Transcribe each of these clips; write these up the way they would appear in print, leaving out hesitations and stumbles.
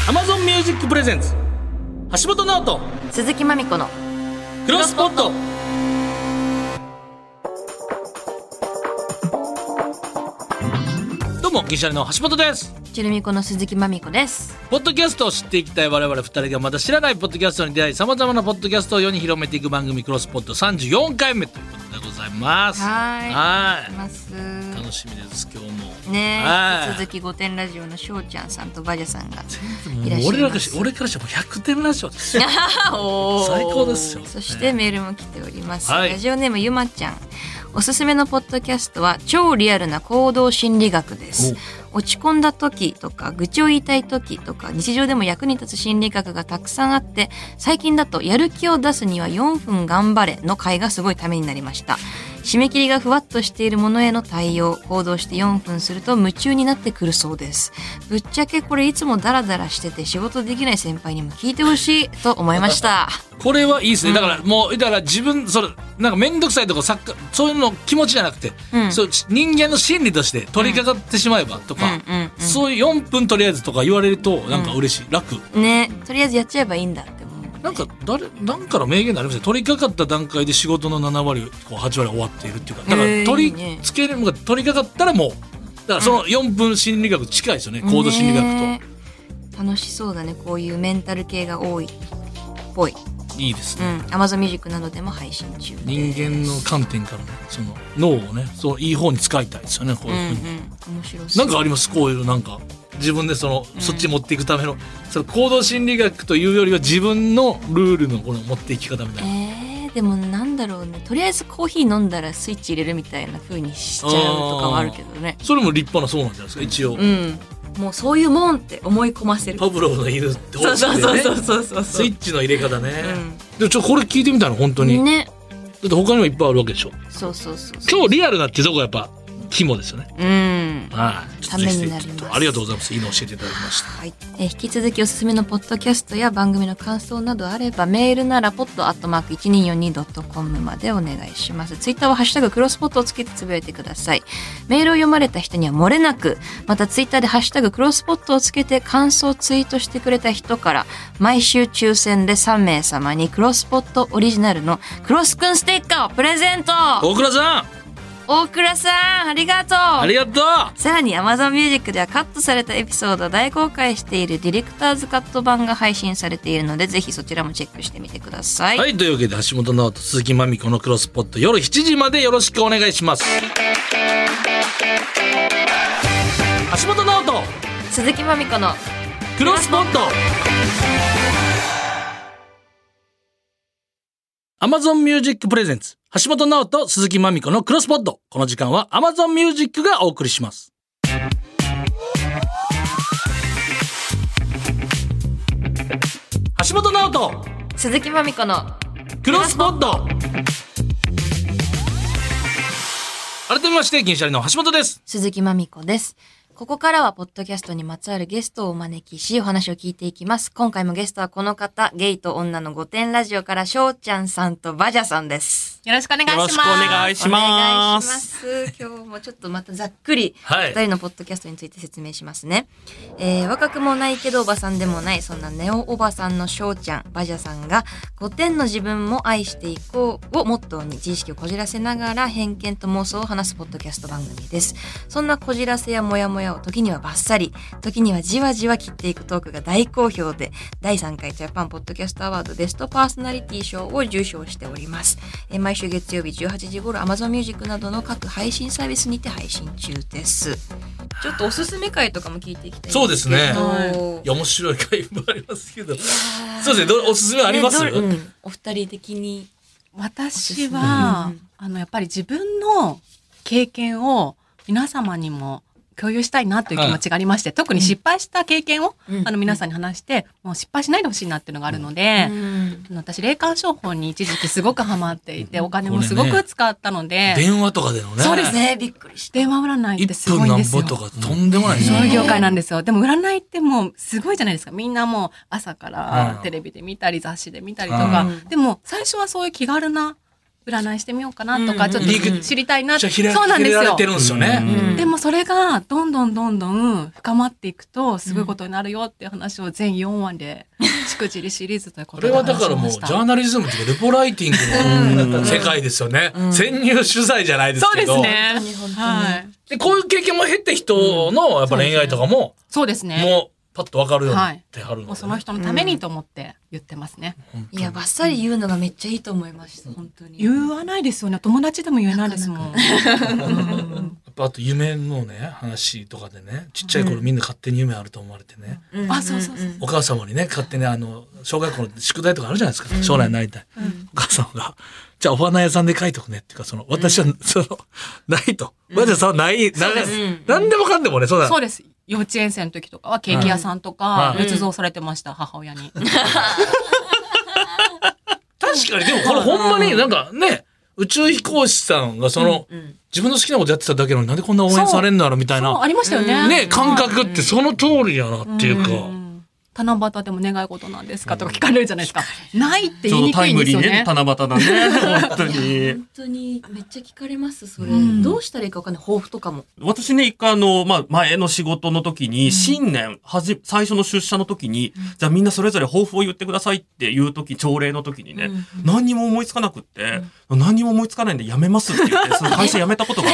Amazon Music Presents 橋本直人鈴木まみこのクロスポット。どうも銀シャリの橋本です。 チュルミコの鈴木まみこです。 ポッドキャストを知っていきたい我々2人がまだ知らないポッドキャストに出会い、さまざまなポッドキャストを世に広めていく番組クロスポット34回目ということでございます。 はいます。 楽しみです今日もね。引き続き5点ラジオのしょうちゃんさんとバジャさんがいらっしゃいます。 俺からしても100点ラジオですよ最高ですよ。 そしてメールも来ております、 はい、 ラジオネームゆまちゃん。おすすめのポッドキャストは超リアルな行動心理学です。落ち込んだ時とか愚痴を言いたい時とか日常でも役に立つ心理学がたくさんあって、最近だとやる気を出すには4分頑張れの回がすごいためになりました。締め切りがふわっとしているものへの対応、行動して4分すると夢中になってくるそうです。ぶっちゃけこれいつもダラダラしてて仕事できない先輩にも聞いてほしいと思いましたこれはいいですね、だからもうだから自分それなんか面倒くさいとかそういうの気持ちじゃなくて、そう人間の心理として取り掛かってしまえばとか、そういう4分とりあえずとか言われるとなんか嬉しい、楽ね。とりあえずやっちゃえばいいんだって思う。 なんかの名言になりますね。取り掛かった段階で仕事の7割8割終わっているっていうか、だから取り付けるのが取り掛かったらもうだからその4分心理学近いですよね、行動心理学と。楽しそうだね、こういうメンタル系が多いっぽい。 いいですね。 Amazon Music などでも配信中です。 人間の観点からね、その脳をね、そういい方に使いたいですよね。こういうふうに、 面白そう。 なんかあります、こういうなんか自分でそっち持っていくためのその行動心理学というよりは自分のルールのこの持っていき方みたいな。 でもなんだろうね、とりあえずコーヒー飲んだらスイッチ入れるみたいな風にしちゃうとかはあるけどね。 それも立派なそうなんじゃないですか一応。 もうそういうもんって思い込ませる。 パブロフの犬ってそうスイッチの入れ方ね。でもこれ聞いてみたの本当にね。だって他にもいっぱいあるわけでしょ。そう今日リアルなっていうとこがやっぱ肝ですよね。ためになります。ありがとうございます。いいの教えていただきました。 はい。引き続きおすすめのポッドキャストや番組の感想などあればメールならpod@1242.com までお願いします。ツイッターはハッシュタグクロスポットをつけてつぶやいてください。メールを読まれた人には漏れなく、またツイッターでハッシュタグクロスポットをつけて感想ツイートしてくれた人から毎週抽選で3名様にクロスポットオリジナルのクロスくんステッカーをプレゼント。 大倉さんありがとう。さらに Amazon Music ではカットされたエピソードを大公開しているディレクターズカット版が配信されているので、ぜひそちらもチェックしてみてください。 はい、というわけで橋本直人鈴木まみこのクロスポット夜7時までよろしくお願いします。橋本直人鈴木まみこのクロスポット。Amazon Music Presents 橋本直人鈴木まみこのクロスポット。この時間は Amazon Music がお送りします。橋本直人鈴木まみこのクロスポット。改めまして銀シャリの橋本です。 鈴木まみこです。ここからはポッドキャストにまつわるゲストをお招きしお話を聞いていきます。今回もゲストはこの方、ゲイと女の5点ラジオからしょうちゃんさんとバジャさんです。 よろしくお願いします。よろしくお願いします。 今日もちょっとまたざっくり2人のポッドキャストについて説明しますね。若くもないけどおばさんでもない、そんなネオおばさんのしょうちゃん、バジャさんが5点の自分も愛していこうをモットーに自意識をこじらせながら偏見と妄想を話すポッドキャスト番組です。そんなこじらせやモヤモヤを時にはバッサリ、時にはじわじわ切っていくトークが大好評で、第3回ジャパンポッドキャストアワードベストパーソナリティ賞を受賞しております。毎週月曜日18時頃 Amazon Music などの各配信サービスにて配信中です。ちょっとおすすめ回とかも聞いていきたいんですけど。 そうですね。いや面白い回もありますけど。そうですね。おすすめあります？ お二人的に。 私はやっぱり自分の経験を皆様にも共有したいなという気持ちがありまして、特に失敗した経験を、皆さんに話して、もう失敗しないでほしいなっていうのがあるので、私霊感商法に一時期すごくハマっていて、お金もすごく使ったので、 電話とかでのね。 そうですね、びっくりして。電話占いってすごいんですよ。 1分何本とかとんでもないですそういう業界なんですよ。でも占いってもうすごいじゃないですか。みんなもう朝からテレビで見たり雑誌で見たりとか、でも最初はそういう気軽な占いしてみようかなとか、ちょっと知りたいなって。 そうなんですよ。 でもそれがどんどん深まっていくと、すごいことになるよっていう話を全4話で、しくじりシリーズということで話しました。 これはだからもう、ジャーナリズムというか、レポライティングの世界ですよね。潜入取材じゃないですけど。 そうですね。 はい。 で、こういう経験も経て人の、やっぱ恋愛とかも、 そうですね。 もう、パッと分かるようになってはるので、 もうその人のためにと思って言ってますね。 いや、バッサリ言うのがめっちゃいいと思いました、本当に。 言わないですよね。友達でも言えないですもん。 やっぱあと夢のね、話とかでね、ちっちゃい頃みんな勝手に夢あると思われてね。 あ、そうそうそう。 お母様にね、勝手に小学校の宿題とかあるじゃないですか。将来になりたい。お母様が、じゃあお花屋さんで書いとくねっていうか、私は、ないと。バジャさんはない、なんでもかんでもね、そうだ。 そうです。幼稚園生の時とかはケーキ屋さんとか仏像されてました、母親に。確かに、でもこれほんまになんかね、宇宙飛行士さんが自分の好きなことやってただけなのになんでこんな応援されんのやろみたいな。 ありましたよね。 ね、感覚ってその通りやなっていうか。 七夕でも願い事なんですかとか聞かれるじゃないですか。ないって言いにくいんですよね。 七夕だね。本当に。 本当にめっちゃ聞かれます、それ。どうしたらいいかわかんない。抱負とかも。 私ね、一回前の仕事の時に、新年、最初の出社の時に、じゃあみんなそれぞれ抱負を言ってくださいっていう時、朝礼の時にね、何にも思いつかなくって、何にも思いつかないんで辞めますって言って、その会社辞めたことが。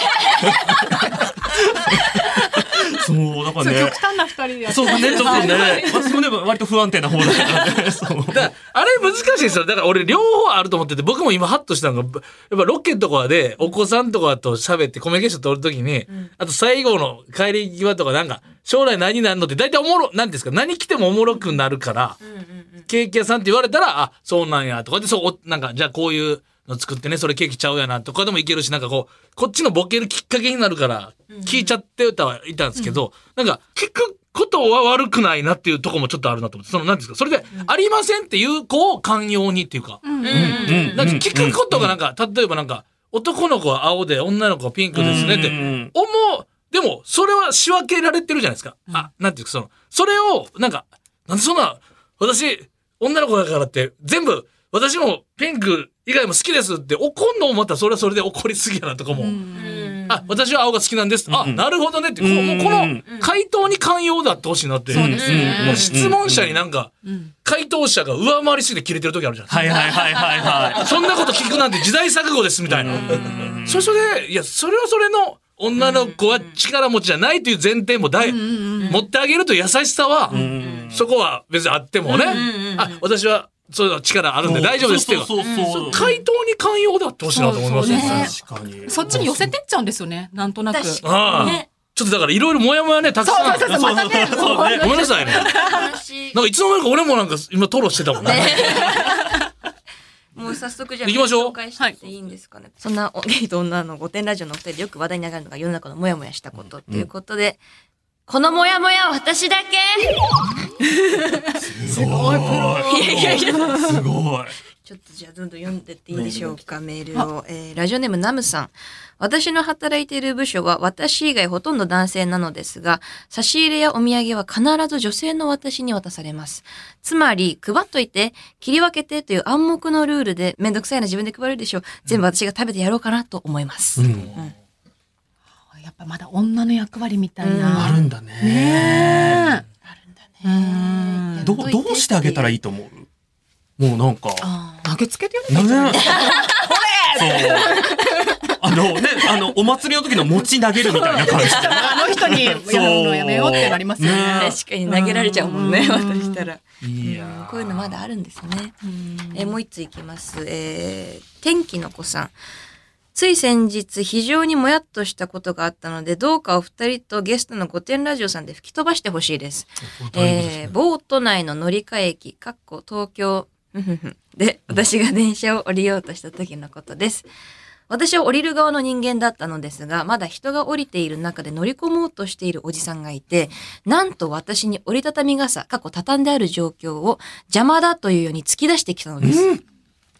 そう、だからね。 極端な二人でやってそうね、ちょっとね。私もね、割と不安定な方だからね。 あれ難しいですよ。だから俺両方あると思ってて、僕も今ハッとしたのが、やっぱロケとかでお子さんとかと喋ってコミュニケーション取るときに、あと最後の帰り際とかなんか、将来何になるのって大体なんですか、何来てもおもろくなるから、ケーキ屋さんって言われたら、あ、そうなんや、とかで、なんか、じゃあこういうの作ってね、それケーキちゃうやな、とかでもいけるし、なんかこっちのボケるきっかけになるから、聞いちゃってはいたんですけど、なんか、聞くことは悪くないなっていうとこもちょっとあるなと思って、なんですか、それで、ありませんっていう子を寛容にっていうか、なんか聞くことがなんか、例えばなんか、男の子は青で女の子はピンクですねって、でも、それは仕分けられてるじゃないですか。なんていうか、それを、なんか、なんでそんな、私、女の子だからって、全部、私もピンク以外も好きですって怒んのを思ったらそれはそれで怒りすぎやなとかも。あ、私は青が好きなんです。あ、なるほどねって、もうこの回答に寛容だってほしいなって。そうですね。もう質問者になんか、回答者が上回りすぎて切れてる時あるじゃないですか。はい。そんなこと聞くなんて時代錯誤ですみたいな。それで、いや、それはそれの女の子は力持ちじゃないという前提も持ってあげるという優しさは、そこは別にあってもね。あ、私は、そういう力あるんで大丈夫ですっていう。回答に寛容だってほしいなと思いますね。 確かに。 そっちに寄せてっちゃうんですよね。なんとなく。 ちょっとだからいろいろもやもやね、たくさん。 そう、またね。 ごめんなさいね。なんかいつの間にか俺もなんか今トロしてたもんね。 もう早速じゃあ行きましょう。 紹介していいんですかね。そんなゲイと女の御殿ラジオのお二人でよく話題に上がるのが世の中のモヤモヤしたことっていうことで、このモヤモヤは私だけすごいプロ。すごい。 ちょっとじゃあどんどん読んでっていいでしょうか、メールを。ラジオネームナムさん。私の働いている部署は私以外ほとんど男性なのですが、差し入れやお土産は必ず女性の私に渡されます。つまり、配っといて、切り分けてという暗黙のルールで、めんどくさいな自分で配るでしょう。全部私が食べてやろうかなと思います。 やっぱまだ女の役割みたいな。 あるんだね。 あるんだね。 どうしてあげたらいいと思う？もうなんか。 投げつけてやるんじゃないですか。 そう。お祭りの時の餅投げるみたいな感じで。 あの人にやるのやめようってなりますよね。 確かに投げられちゃうもんね、渡したら。こういうのまだあるんですね。もう一ついきます。天気の子さん。つい先日非常にもやっとしたことがあったので、どうかお二人とゲストの御殿ラジオさんで吹き飛ばしてほしいです。ボート内の乗り換え駅、東京で私が電車を降りようとした時のことです。私は降りる側の人間だったのですが、まだ人が降りている中で乗り込もうとしているおじさんがいて、なんと私に折りたたみ傘、畳んである状況を邪魔だというように突き出してきたのです。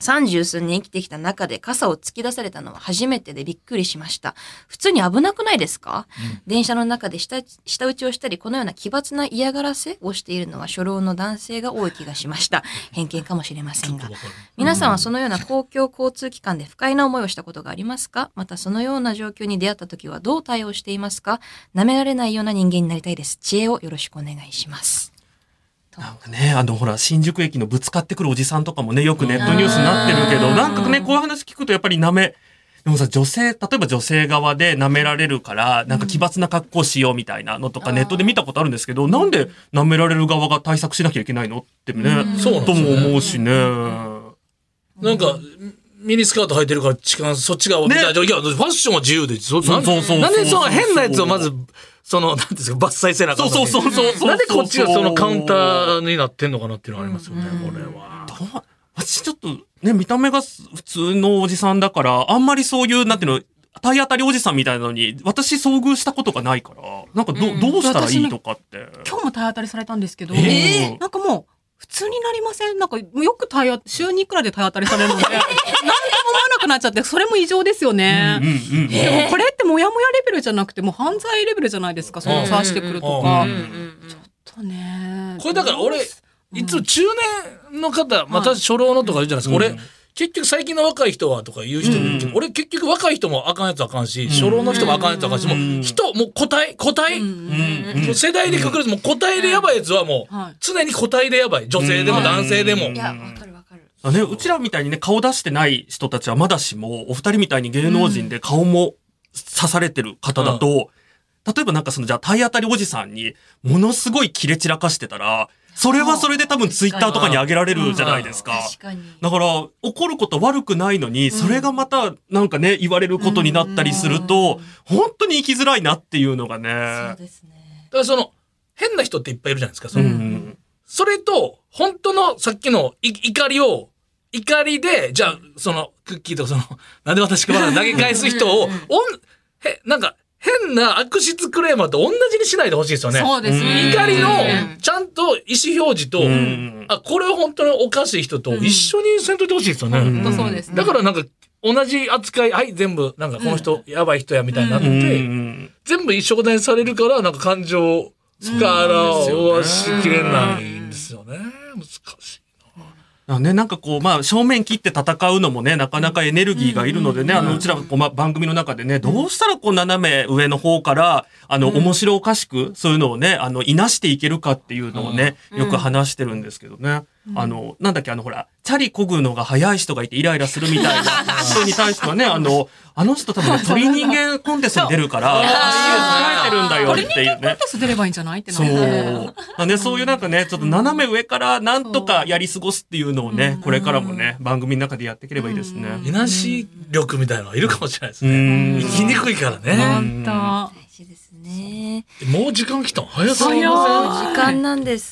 30数年生きてきた中で傘を突き出されたのは初めてでびっくりしました。普通に危なくないですか？電車の中で舌打ちをしたり、このような奇抜な嫌がらせをしているのは初老の男性が多い気がしました。偏見かもしれませんが。皆さんはそのような公共交通機関で不快な思いをしたことがありますか？またそのような状況に出会った時はどう対応していますか？舐められないような人間になりたいです。知恵をよろしくお願いします。 なんかね、ほら、新宿駅のぶつかってくるおじさんとかもね、よくネットニュースになってるけど、なんかね、こういう話聞くとやっぱりでもさ、例えば女性側で舐められるから、なんか奇抜な格好しようみたいなのとかネットで見たことあるんですけど、なんで舐められる側が対策しなきゃいけないのってね、そうとも思うしね。 なんか、ミニスカート履いてるからそっちが見たい。いや、ファッションは自由で。なんでその変なやつをまず、なんていうんですか、伐採せなあかんのに。そう。なんでこっちがそのカウンターになってんのかなっていうのはありますよね、これは。 私ちょっとね、見た目が普通のおじさんだから、あんまりそういう、なんていうの、体当たりおじさんみたいなのに、私遭遇したことがないから、なんかどうしたらいいとかって。 今日も体当たりされたんですけど、なんかもう、普通になりません？なんかよく週にいくらで体当たりされるので、なんでも思わなくなっちゃって、それも異常ですよね。でもこれってモヤモヤレベルじゃなくて、もう犯罪レベルじゃないですか、その刺してくるとか。ちょっとね。 これだから俺、いつも中年の方、また初老のとか言うじゃないですか。俺、結局最近の若い人はとか言う人いるけど、俺結局若い人もあかんやつあかんし、初老の人もあかんやつあかんし、もう個体。もう世代でくくると、もう個体でやばいやつはもう、常に個体でやばい。女性でも男性でも。 いや、わかる。 ね、うちらみたいにね、顔出してない人たちはまだしも、お二人みたいに芸能人で顔も刺されてる方だと、例えばなんかじゃあ体当たりおじさんに、ものすごいキレ散らかしてたら、それはそれで多分ツイッターとかに上げられるじゃないですか。だから、怒ること悪くないのに、それがまたなんかね、言われることになったりすると、本当に生きづらいなっていうのがね。 そうですね。 だから変な人っていっぱいいるじゃないですか。それと、本当のさっきの怒りで、じゃあ、クッキーとかなんで私が投げ返す人を、なんか、変な悪質クレーマーと同じにしないでほしいですよね。 そうですね。 怒りの、ちゃんと意思表示と、これは本当におかしい人と一緒にせんといてほしいですよね。 本当そうですね。 だからなんか、同じ扱い、はい、全部、なんかこの人、やばい人やみたいになって、全部一緒答えにされるから、なんか感情からはしきれないんですよね。難しい。 なんか正面切って戦うのもね、なかなかエネルギーがいるのでね、うちら番組の中でね、どうしたら斜め上の方から、面白おかしく、そういうのをね、いなしていけるかっていうのをね、よく話してるんですけどね。なんだっけ、ほら、チャリ漕ぐのが早い人がいてイライラするみたいな人に対してはね、あの人多分ね、鳥人間コンテストに出るから、足を使えてるんだよっていうね。 鳥人間コンテスト出ればいいんじゃないってなる。 そう。ね、そういうなんかね、ちょっと斜め上からなんとかやり過ごすっていうのをね、これからもね、番組の中でやっていければいいですね。 いなし力みたいなのがいるかもしれないですね。生きにくいからね。 本当。 大事ですね。 もう時間来た。早すぎません？時間なんです。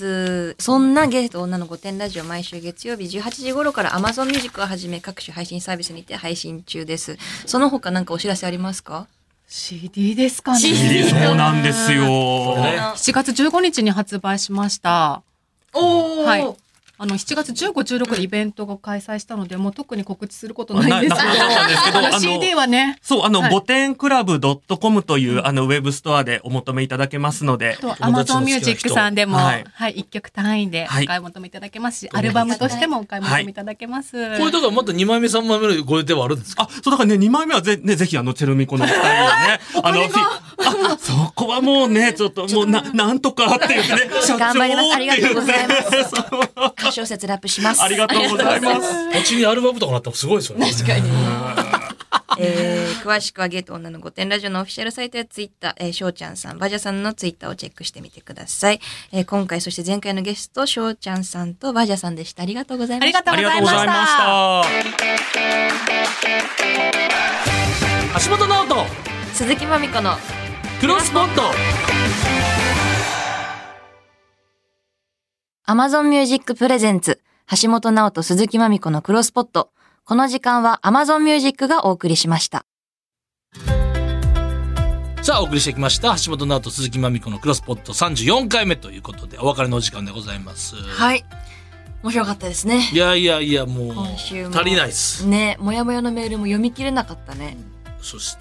そんなゲスト女の御殿ラジオ、毎週月曜日18時頃から Amazon Music をはじめ各種配信サービスにて配信中です。その他なんかお知らせありますか ？CD ですかね。 CD そうなんですよ。 7月15日に発売しました。 おー。 はい。7月15、16でイベントを開催したので、もう特に告知することないんですけど、CD はね。 そう、御殿クラブ .com という、ウェブストアでお求めいただけますので。 Amazon Music さんでも、はい、1曲単位でお買い求めいただけますし、アルバムとしてもお買い求めいただけます。 これだからまた2枚目、3枚目のご予定はあるんですか？ そう、だからね、2枚目はぜひ、チェルミコの2人をね、そこはもうね、ちょっと、もうなんとかっていうね、 頑張ります。ありがとうございます。小説ラップします。 ありがとうございます。 うちにアルバムとかなったらすごいですよね。 確かに。詳しくはゲート女の御殿ラジオのオフィシャルサイトやツイッター、しょうちゃんさん、バジャさんのツイッターをチェックしてみてください。今回そして前回のゲスト、しょうちゃんさんとバジャさんでした。ありがとうございました。 ありがとうございました。 橋本直人、 鈴木まみこのクロスポット。 Amazon Music Presents 橋本直人鈴木まみこのクロスポット。この時間は Amazon Music がお送りしました。 さあお送りしてきました橋本直人鈴木まみこのクロスポット34回目ということでお別れのお時間でございます。 はい。 面白かったですね。 いやいやいや、もう今週も足りないっすね。もやもやのメールも読み切れなかったね。 そして、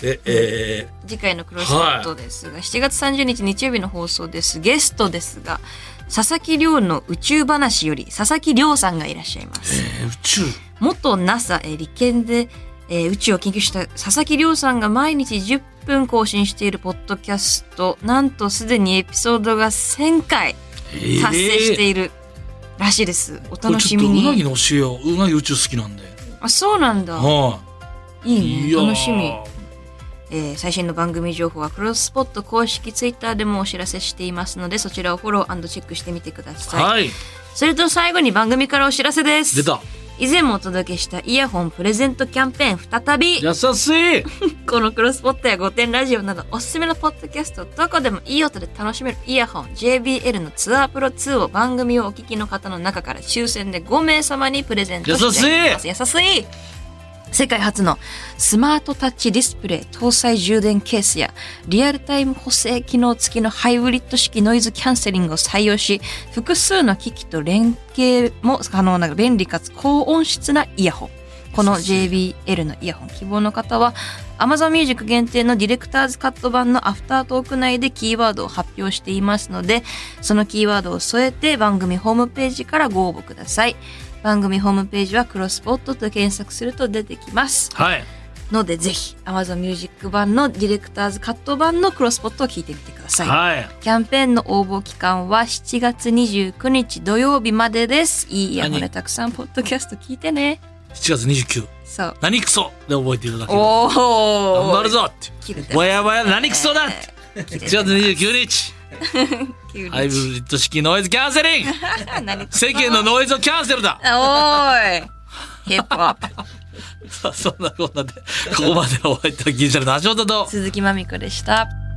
次回のクロスポットですが、7月30日日曜日の放送です。ゲストですが、佐々木亮の宇宙話より佐々木亮さんがいらっしゃいます。 宇宙元 NASA 理研で、宇宙を研究した佐々木亮さんが毎日10分更新しているポッドキャスト、なんとすでにエピソードが1000回達成しているらしいです。お楽しみに。 うなぎの教えよう。うなぎ宇宙好きなんで。 あ、そうなんだ。いいね、楽しみ。最新の番組情報はクロスポット公式ツイッターでもお知らせしていますので、そちらをフォロー&チェックしてみてください。 はい。 それと最後に番組からお知らせです。 出た。 以前もお届けしたイヤホンプレゼントキャンペーン再び。 優しい。 このクロスポットや御殿ラジオなどおすすめのポッドキャスト、どこでもいい音で楽しめるイヤホン JBL のツアープロ2を番組をお聞きの方の中から抽選で5名様にプレゼントしています。優しい。世界初のスマートタッチディスプレイ搭載充電ケースやリアルタイム補正機能付きのハイブリッド式ノイズキャンセリングを採用し、複数の機器と連携も可能な便利かつ高音質なイヤホン。この JBL のイヤホン希望の方は Amazon Music 限定のディレクターズカット版のアフタートーク内でキーワードを発表していますので、そのキーワードを添えて番組ホームページからご応募ください。番組ホームページはクロスポットと検索すると出てきます。 はい。 のでぜひ Amazon Music 版のディレクターズカット版のクロスポットを聞いてみてください。 はい。 キャンペーンの応募期間は7月29日土曜日までです。いいイヤホンでたくさんポッドキャスト聞いてね。 7月29。 そう。 何クソで覚えていただける。 おお。 頑張るぞって。もやもや何クソだって。7月29日。ハイブリッド式ノイズキャンセリング世間のノイズをキャンセルだ。 おーいヒップホップさあそんなこんなでここまでお会いいたギリシャルの橋本と鈴木まみこでした。